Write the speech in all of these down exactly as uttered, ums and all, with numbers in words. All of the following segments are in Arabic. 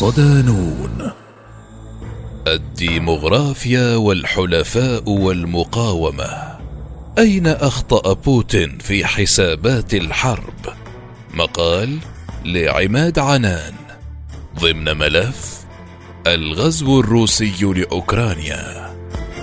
صدانون. الديموغرافيا والحلفاء والمقاومة. أين أخطأ بوتين في حسابات الحرب؟ مقال لعماد عنان ضمن ملف الغزو الروسي لأوكرانيا.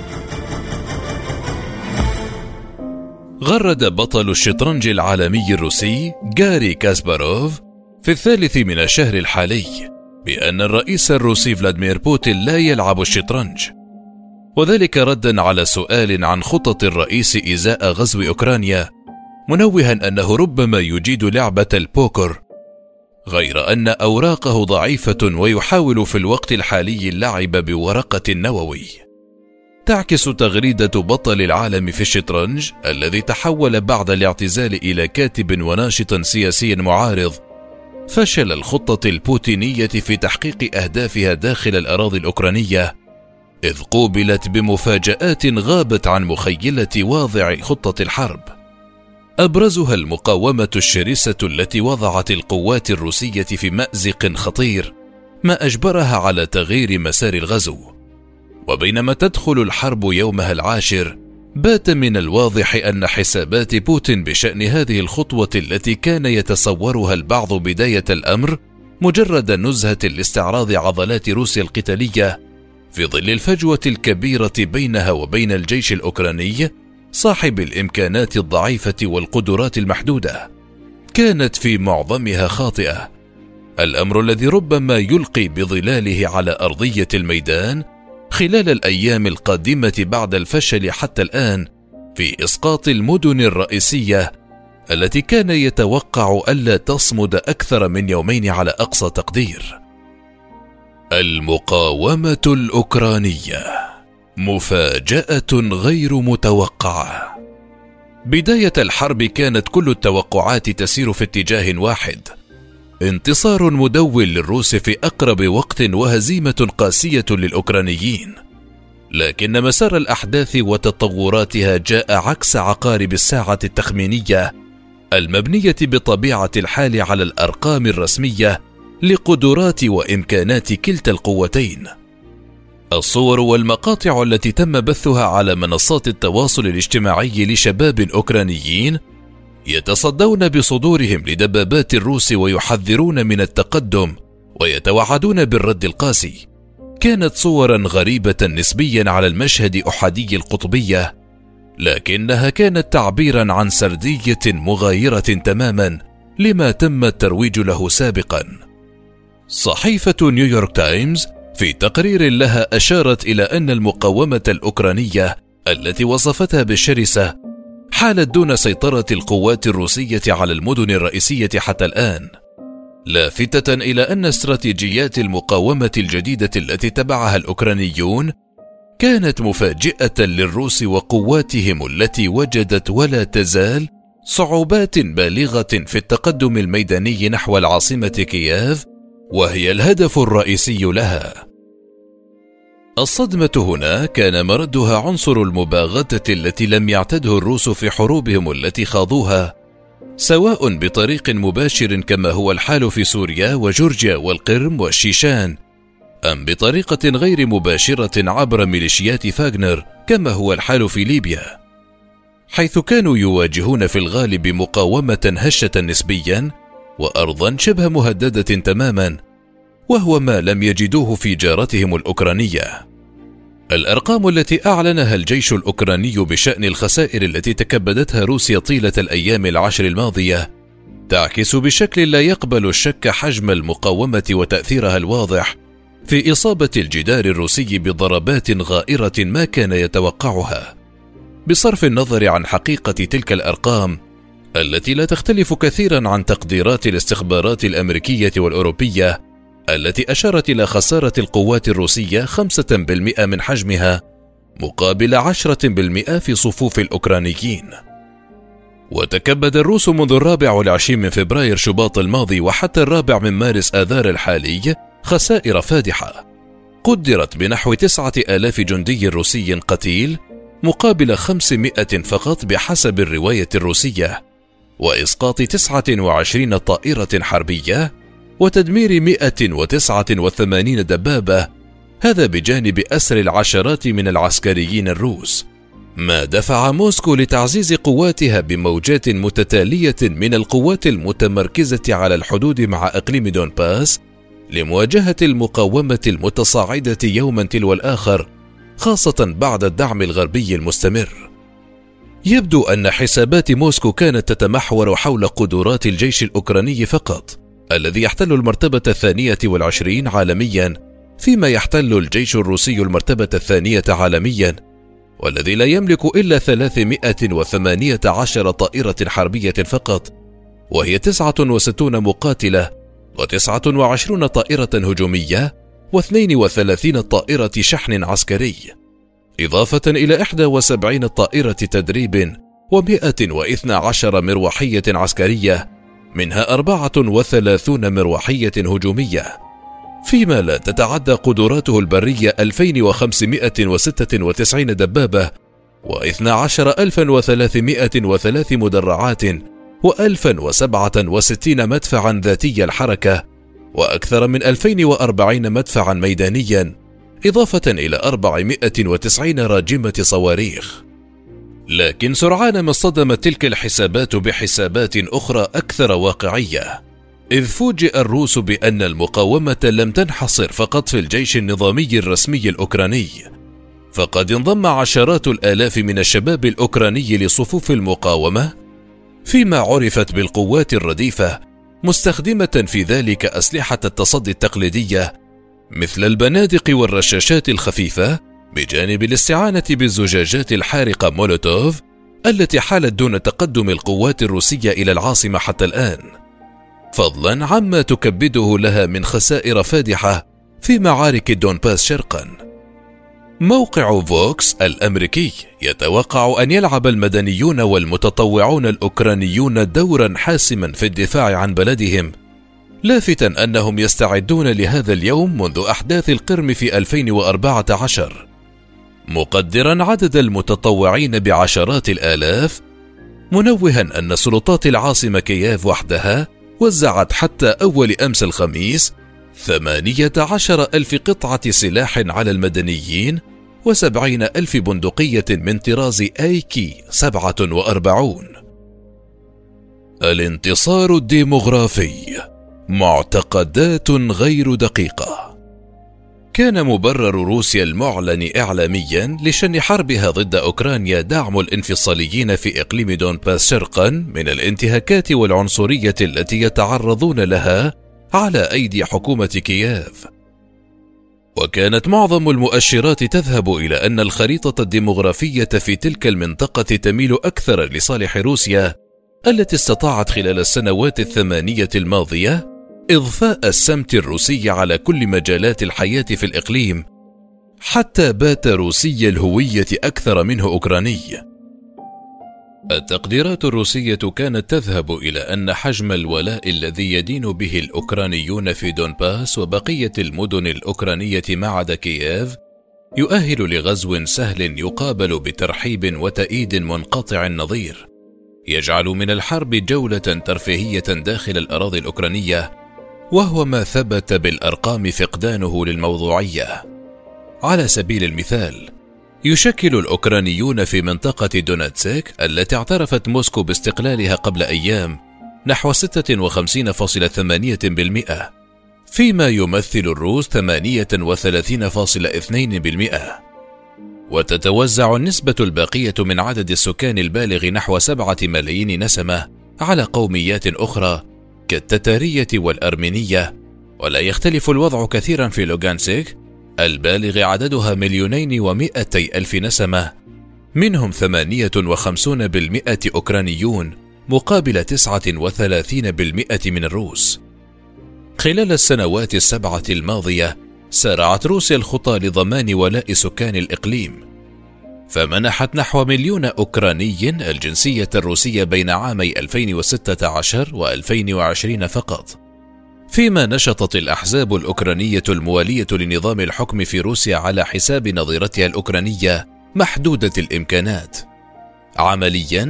غرد بطل الشطرنج العالمي الروسي غاري كاسباروف في الثالث من الشهر الحالي بأن الرئيس الروسي فلاديمير بوتين لا يلعب الشطرنج، وذلك ردا على سؤال عن خطط الرئيس إزاء غزو أوكرانيا، منوها أنه ربما يجيد لعبة البوكر، غير أن أوراقه ضعيفة ويحاول في الوقت الحالي اللعب بورقة نووي. تعكس تغريدة بطل العالم في الشطرنج الذي تحول بعد الاعتزال إلى كاتب وناشط سياسي معارض فشل الخطة البوتينية في تحقيق أهدافها داخل الأراضي الأوكرانية، إذ قوبلت بمفاجآت غابت عن مخيلة واضع خطة الحرب، أبرزها المقاومة الشرسة التي وضعت القوات الروسية في مأزق خطير، ما أجبرها على تغيير مسار الغزو. وبينما تدخل الحرب يومها العاشر، بات من الواضح أن حسابات بوتين بشأن هذه الخطوة التي كان يتصورها البعض بداية الأمر مجرد نزهة لاستعراض عضلات روسيا القتالية في ظل الفجوة الكبيرة بينها وبين الجيش الأوكراني صاحب الإمكانات الضعيفة والقدرات المحدودة، كانت في معظمها خاطئة. الأمر الذي ربما يلقي بظلاله على أرضية الميدان خلال الأيام القادمة بعد الفشل حتى الآن في إسقاط المدن الرئيسية التي كان يتوقع ألا تصمد أكثر من يومين على أقصى تقدير. المقاومة الأوكرانية، مفاجأة غير متوقعة. بداية الحرب كانت كل التوقعات تسير في اتجاه واحد: انتصار مدون للروس في أقرب وقت وهزيمة قاسية للأوكرانيين. لكن مسار الأحداث وتطوراتها جاء عكس عقارب الساعة التخمينية المبنية بطبيعة الحال على الأرقام الرسمية لقدرات وإمكانات كلتا القوتين. الصور والمقاطع التي تم بثها على منصات التواصل الاجتماعي لشباب أوكرانيين يتصدون بصدورهم لدبابات الروس ويحذرون من التقدم ويتوعدون بالرد القاسي، كانت صورا غريبة نسبيا على المشهد أحادي القطبية، لكنها كانت تعبيرا عن سردية مغايرة تماما لما تم الترويج له سابقا. صحيفة نيويورك تايمز في تقرير لها أشارت إلى أن المقاومة الأوكرانية التي وصفتها بالشرسة حالت دون سيطرة القوات الروسية على المدن الرئيسية حتى الآن، لافتة إلى أن استراتيجيات المقاومة الجديدة التي تبعها الأوكرانيون كانت مفاجئة للروس وقواتهم التي وجدت ولا تزال صعوبات بالغة في التقدم الميداني نحو العاصمة كييف، وهي الهدف الرئيسي لها. الصدمة هنا كان مردها عنصر المباغتة التي لم يعتده الروس في حروبهم التي خاضوها، سواء بطريق مباشر كما هو الحال في سوريا وجورجيا والقرم والشيشان، أم بطريقة غير مباشرة عبر ميليشيات فاغنر كما هو الحال في ليبيا، حيث كانوا يواجهون في الغالب مقاومة هشة نسبيا وأرضا شبه مهددة تماما، وهو ما لم يجدوه في جارتهم الأوكرانية. الأرقام التي أعلنها الجيش الأوكراني بشأن الخسائر التي تكبدتها روسيا طيلة الأيام العشر الماضية تعكس بشكل لا يقبل الشك حجم المقاومة وتأثيرها الواضح في إصابة الجدار الروسي بضربات غائرة ما كان يتوقعها، بصرف النظر عن حقيقة تلك الأرقام التي لا تختلف كثيرا عن تقديرات الاستخبارات الأمريكية والأوروبية التي أشارت إلى خسارة القوات الروسية خمسة بالمئة من حجمها مقابل عشرة بالمئة في صفوف الأوكرانيين. وتكبد الروس منذ الرابع والعشرين من فبراير شباط الماضي وحتى الرابع من مارس آذار الحالي خسائر فادحة قدرت بنحو تسعة آلاف جندي روسي قتيل مقابل خمسمائة فقط بحسب الرواية الروسية، وإسقاط تسعة وعشرين طائرة حربية وتدمير مئة وتسعة وثمانين دبابة، هذا بجانب أسر العشرات من العسكريين الروس، ما دفع موسكو لتعزيز قواتها بموجات متتالية من القوات المتمركزة على الحدود مع إقليم دونباس لمواجهة المقاومة المتصاعدة يوما تلو الآخر، خاصة بعد الدعم الغربي المستمر. يبدو أن حسابات موسكو كانت تتمحور حول قدرات الجيش الأوكراني فقط، الذي يحتل المرتبة الثانية والعشرين عالميا، فيما يحتل الجيش الروسي المرتبة الثانية عالميا، والذي لا يملك إلا ثلاثمائة وثمانية عشر طائرة حربية فقط، وهي تسعة وستون مقاتلة وتسعة وعشرون طائرة هجومية واثنين وثلاثين طائرة شحن عسكري، إضافة إلى إحدى وسبعين طائرة تدريب ومئة واثنى عشر مروحية عسكرية، منها أربعة وثلاثون مروحية هجومية، فيما لا تتعدى قدراته البرية ألفين وخمسمائة وستة وتسعين دبابة واثنى عشر ألفا وثلاثمائة وثلاث مدرعات وألفا وسبعة وستين مدفعا ذاتي الحركة وأكثر من ألفين وأربعين مدفعا ميدانيا، إضافة إلى أربعمائة وتسعين راجمة صواريخ. لكن سرعان ما اصطدمت تلك الحسابات بحسابات أخرى أكثر واقعية، إذ فوجئ الروس بأن المقاومة لم تنحصر فقط في الجيش النظامي الرسمي الأوكراني، فقد انضم عشرات الآلاف من الشباب الأوكراني لصفوف المقاومة، فيما عرفت بالقوات الرديفة، مستخدمة في ذلك أسلحة التصدي التقليدية مثل البنادق والرشاشات الخفيفة، بجانب الاستعانة بالزجاجات الحارقة مولوتوف التي حالت دون تقدم القوات الروسية إلى العاصمة حتى الآن، فضلا عما تكبده لها من خسائر فادحة في معارك دونباس شرقا. موقع فوكس الأمريكي يتوقع أن يلعب المدنيون والمتطوعون الأوكرانيون دورا حاسما في الدفاع عن بلدهم، لافتا أنهم يستعدون لهذا اليوم منذ أحداث القرم في ألفين وأربعة عشر، مقدرا عدد المتطوعين بعشرات الآلاف، منوها أن سلطات العاصمة كييف وحدها وزعت حتى أول أمس الخميس ثمانية عشر ألف قطعة سلاح على المدنيين وسبعين ألف بندقية من طراز آي كي سبعة وأربعين. الانتصار الديموغرافي، معتقدات غير دقيقة. كان مبرر روسيا المعلن إعلاميا لشن حربها ضد أوكرانيا دعم الانفصاليين في إقليم دونباس شرقا من الانتهاكات والعنصرية التي يتعرضون لها على أيدي حكومة كييف. وكانت معظم المؤشرات تذهب إلى أن الخريطة الديموغرافية في تلك المنطقة تميل أكثر لصالح روسيا، التي استطاعت خلال السنوات الثمانية الماضية إضفاء السمت الروسي على كل مجالات الحياة في الإقليم، حتى بات روسي الهوية أكثر منه أوكراني. التقديرات الروسية كانت تذهب إلى أن حجم الولاء الذي يدين به الأوكرانيون في دونباس وبقية المدن الأوكرانية ما عدا كييف يؤهل لغزو سهل يقابل بترحيب وتأييد منقطع النظير، يجعل من الحرب جولة ترفيهية داخل الأراضي الأوكرانية، وهو ما ثبت بالأرقام فقدانه للموضوعية. على سبيل المثال، يشكل الأوكرانيون في منطقة دونتسك التي اعترفت موسكو باستقلالها قبل أيام نحو ستة وخمسين فاصلة ثمانية بالمئة، فيما يمثل الروس ثمانية وثلاثين فاصلة اثنين بالمئة، وتتوزع النسبة الباقية من عدد السكان البالغ نحو سبعة ملايين نسمة على قوميات أخرى كالتتارية والأرمينية، ولا يختلف الوضع كثيرا في لوغانسك البالغ عددها مليونين ومئتي ألف نسمة، منهم ثمانية وخمسون بالمئة أوكرانيون مقابل تسعة وثلاثين بالمئة من الروس. خلال السنوات السبعة الماضية سارعت روسيا الخطى لضمان ولاء سكان الإقليم، فمنحت نحو مليون أوكراني الجنسية الروسية بين عامي ألفين وستة عشر وألفين وعشرين فقط، فيما نشطت الأحزاب الأوكرانية الموالية لنظام الحكم في روسيا على حساب نظيرتها الأوكرانية محدودة الإمكانات. عمليا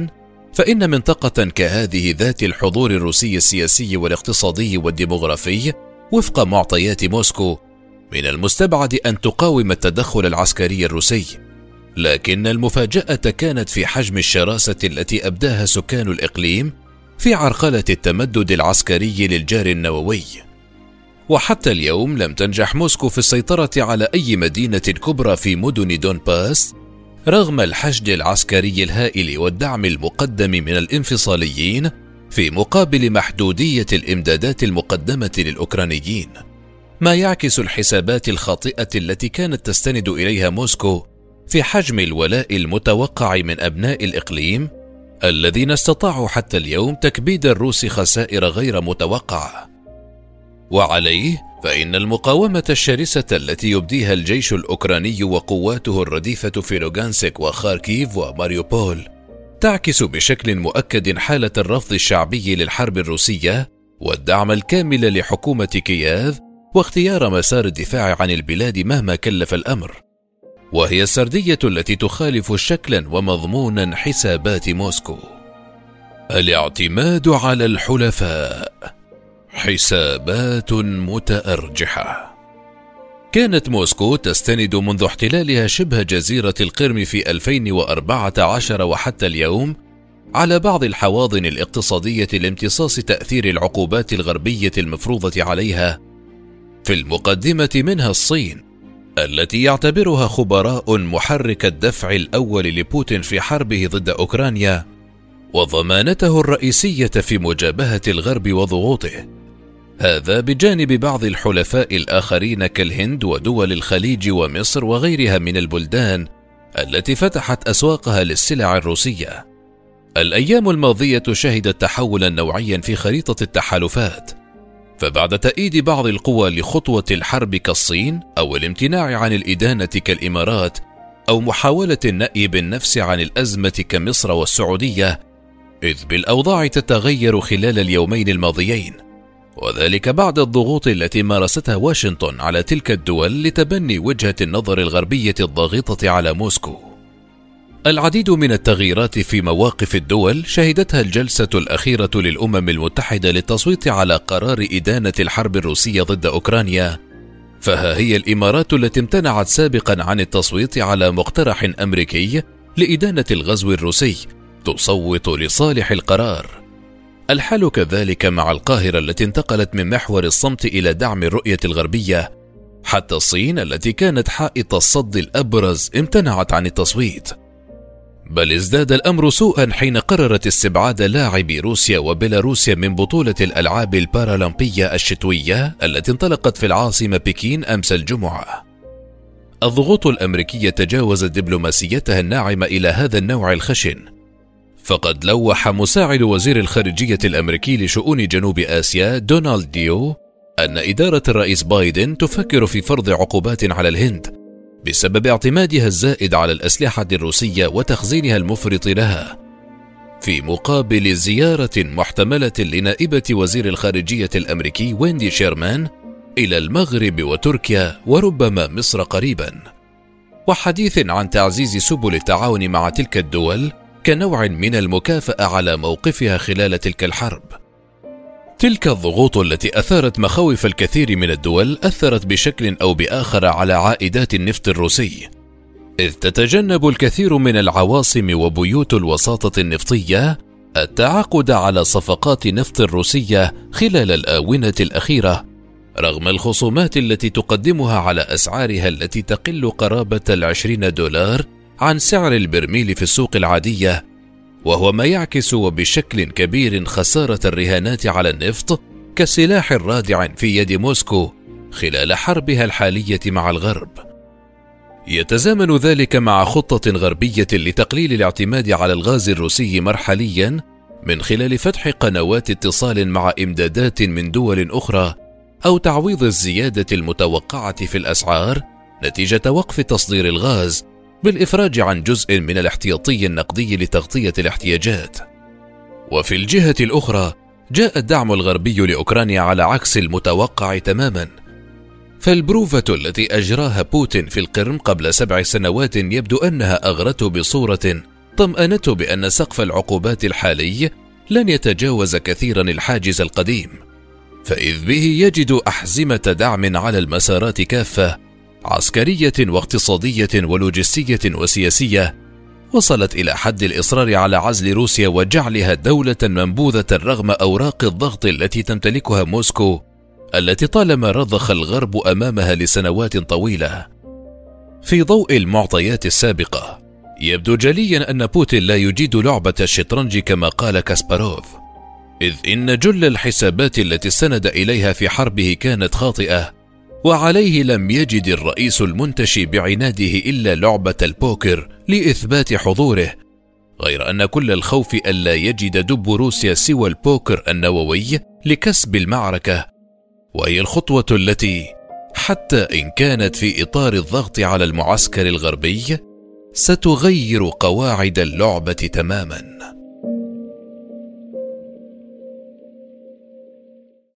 فإن منطقة كهذه ذات الحضور الروسي السياسي والاقتصادي والديموغرافي وفق معطيات موسكو من المستبعد أن تقاوم التدخل العسكري الروسي، لكن المفاجأة كانت في حجم الشراسة التي أبداها سكان الإقليم في عرقلة التمدد العسكري للجار النووي. وحتى اليوم لم تنجح موسكو في السيطرة على أي مدينة كبرى في مدن دونباس رغم الحشد العسكري الهائل والدعم المقدم من الانفصاليين في مقابل محدودية الإمدادات المقدمة للأوكرانيين، ما يعكس الحسابات الخاطئة التي كانت تستند إليها موسكو في حجم الولاء المتوقع من أبناء الإقليم الذين استطاعوا حتى اليوم تكبيد الروس خسائر غير متوقعة. وعليه فإن المقاومة الشرسة التي يبديها الجيش الأوكراني وقواته الرديفة في لوغانسك وخاركيف وماريوبول تعكس بشكل مؤكد حالة الرفض الشعبي للحرب الروسية والدعم الكامل لحكومة كييف واختيار مسار الدفاع عن البلاد مهما كلف الأمر، وهي السردية التي تخالف شكلا ومضمونا حسابات موسكو. الاعتماد على الحلفاء، حسابات متأرجحة. كانت موسكو تستند منذ احتلالها شبه جزيرة القرم في ألفين وأربعة عشر وحتى اليوم على بعض الحواضن الاقتصادية لامتصاص تأثير العقوبات الغربية المفروضة عليها، في المقدمة منها الصين التي يعتبرها خبراء محرك الدفع الأول لبوتين في حربه ضد أوكرانيا وضمانته الرئيسية في مجابهة الغرب وضغوطه. هذا بجانب بعض الحلفاء الآخرين كالهند ودول الخليج ومصر وغيرها من البلدان التي فتحت أسواقها للسلع الروسية. الأيام الماضية شهدت تحولا نوعيا في خريطة التحالفات، فبعد تأييد بعض القوى لخطوة الحرب كالصين أو الامتناع عن الإدانة كالإمارات أو محاولة النأي بالنفس عن الأزمة كمصر والسعودية، إذ بالأوضاع تتغير خلال اليومين الماضيين، وذلك بعد الضغوط التي مارستها واشنطن على تلك الدول لتبني وجهة النظر الغربية الضاغطة على موسكو. العديد من التغييرات في مواقف الدول شهدتها الجلسة الأخيرة للأمم المتحدة للتصويت على قرار إدانة الحرب الروسية ضد أوكرانيا، فها هي الإمارات التي امتنعت سابقا عن التصويت على مقترح أمريكي لإدانة الغزو الروسي تصوت لصالح القرار. الحال كذلك مع القاهرة التي انتقلت من محور الصمت إلى دعم الرؤية الغربية، حتى الصين التي كانت حائط الصد الأبرز امتنعت عن التصويت. بل ازداد الأمر سوءا حين قررت استبعاد لاعبي روسيا وبيلاروسيا من بطولة الألعاب البارالمبية الشتوية التي انطلقت في العاصمة بكين أمس الجمعة. الضغوط الأمريكية تجاوزت دبلوماسيتها الناعمة إلى هذا النوع الخشن، فقد لوح مساعد وزير الخارجية الأمريكي لشؤون جنوب آسيا دونالد ديو أن إدارة الرئيس بايدن تفكر في فرض عقوبات على الهند بسبب اعتمادها الزائد على الأسلحة الروسية وتخزينها المفرط لها، في مقابل زيارة محتملة لنائبة وزير الخارجية الأمريكي ويندي شيرمان إلى المغرب وتركيا وربما مصر قريبا، وحديث عن تعزيز سبل التعاون مع تلك الدول كنوع من المكافأة على موقفها خلال تلك الحرب. تلك الضغوط التي أثارت مخاوف الكثير من الدول أثرت بشكل أو بآخر على عائدات النفط الروسي، إذ تتجنب الكثير من العواصم وبيوت الوساطة النفطية التعاقد على صفقات نفط روسية خلال الآونة الأخيرة، رغم الخصومات التي تقدمها على أسعارها التي تقل قرابة العشرين دولار عن سعر البرميل في السوق العادية، وهو ما يعكس وبشكل كبير خسارة الرهانات على النفط كسلاح رادع في يد موسكو خلال حربها الحالية مع الغرب. يتزامن ذلك مع خطة غربية لتقليل الاعتماد على الغاز الروسي مرحليا من خلال فتح قنوات اتصال مع إمدادات من دول أخرى أو تعويض الزيادة المتوقعة في الأسعار نتيجة وقف تصدير الغاز بالإفراج عن جزء من الاحتياطي النقدي لتغطية الاحتياجات. وفي الجهة الأخرى جاء الدعم الغربي لأوكرانيا على عكس المتوقع تماما، فالبروفة التي أجراها بوتين في القرم قبل سبع سنوات يبدو أنها أغرته بصورة طمأنته بأن سقف العقوبات الحالي لن يتجاوز كثيرا الحاجز القديم، فإذ به يجد أحزمة دعم على المسارات كافة، عسكرية واقتصادية ولوجستية وسياسية، وصلت إلى حد الإصرار على عزل روسيا وجعلها دولة منبوذة رغم أوراق الضغط التي تمتلكها موسكو، التي طالما رضخ الغرب أمامها لسنوات طويلة. في ضوء المعطيات السابقة، يبدو جليا أن بوتين لا يجيد لعبة الشطرنج كما قال كاسباروف، إذ إن جل الحسابات التي استند إليها في حربه كانت خاطئة، وعليه لم يجد الرئيس المنتشي بعناده إلا لعبة البوكر لإثبات حضوره، غير أن كل الخوف ألا يجد دب روسيا سوى البوكر النووي لكسب المعركة، وهي الخطوة التي حتى إن كانت في إطار الضغط على المعسكر الغربي ستغير قواعد اللعبة تماما.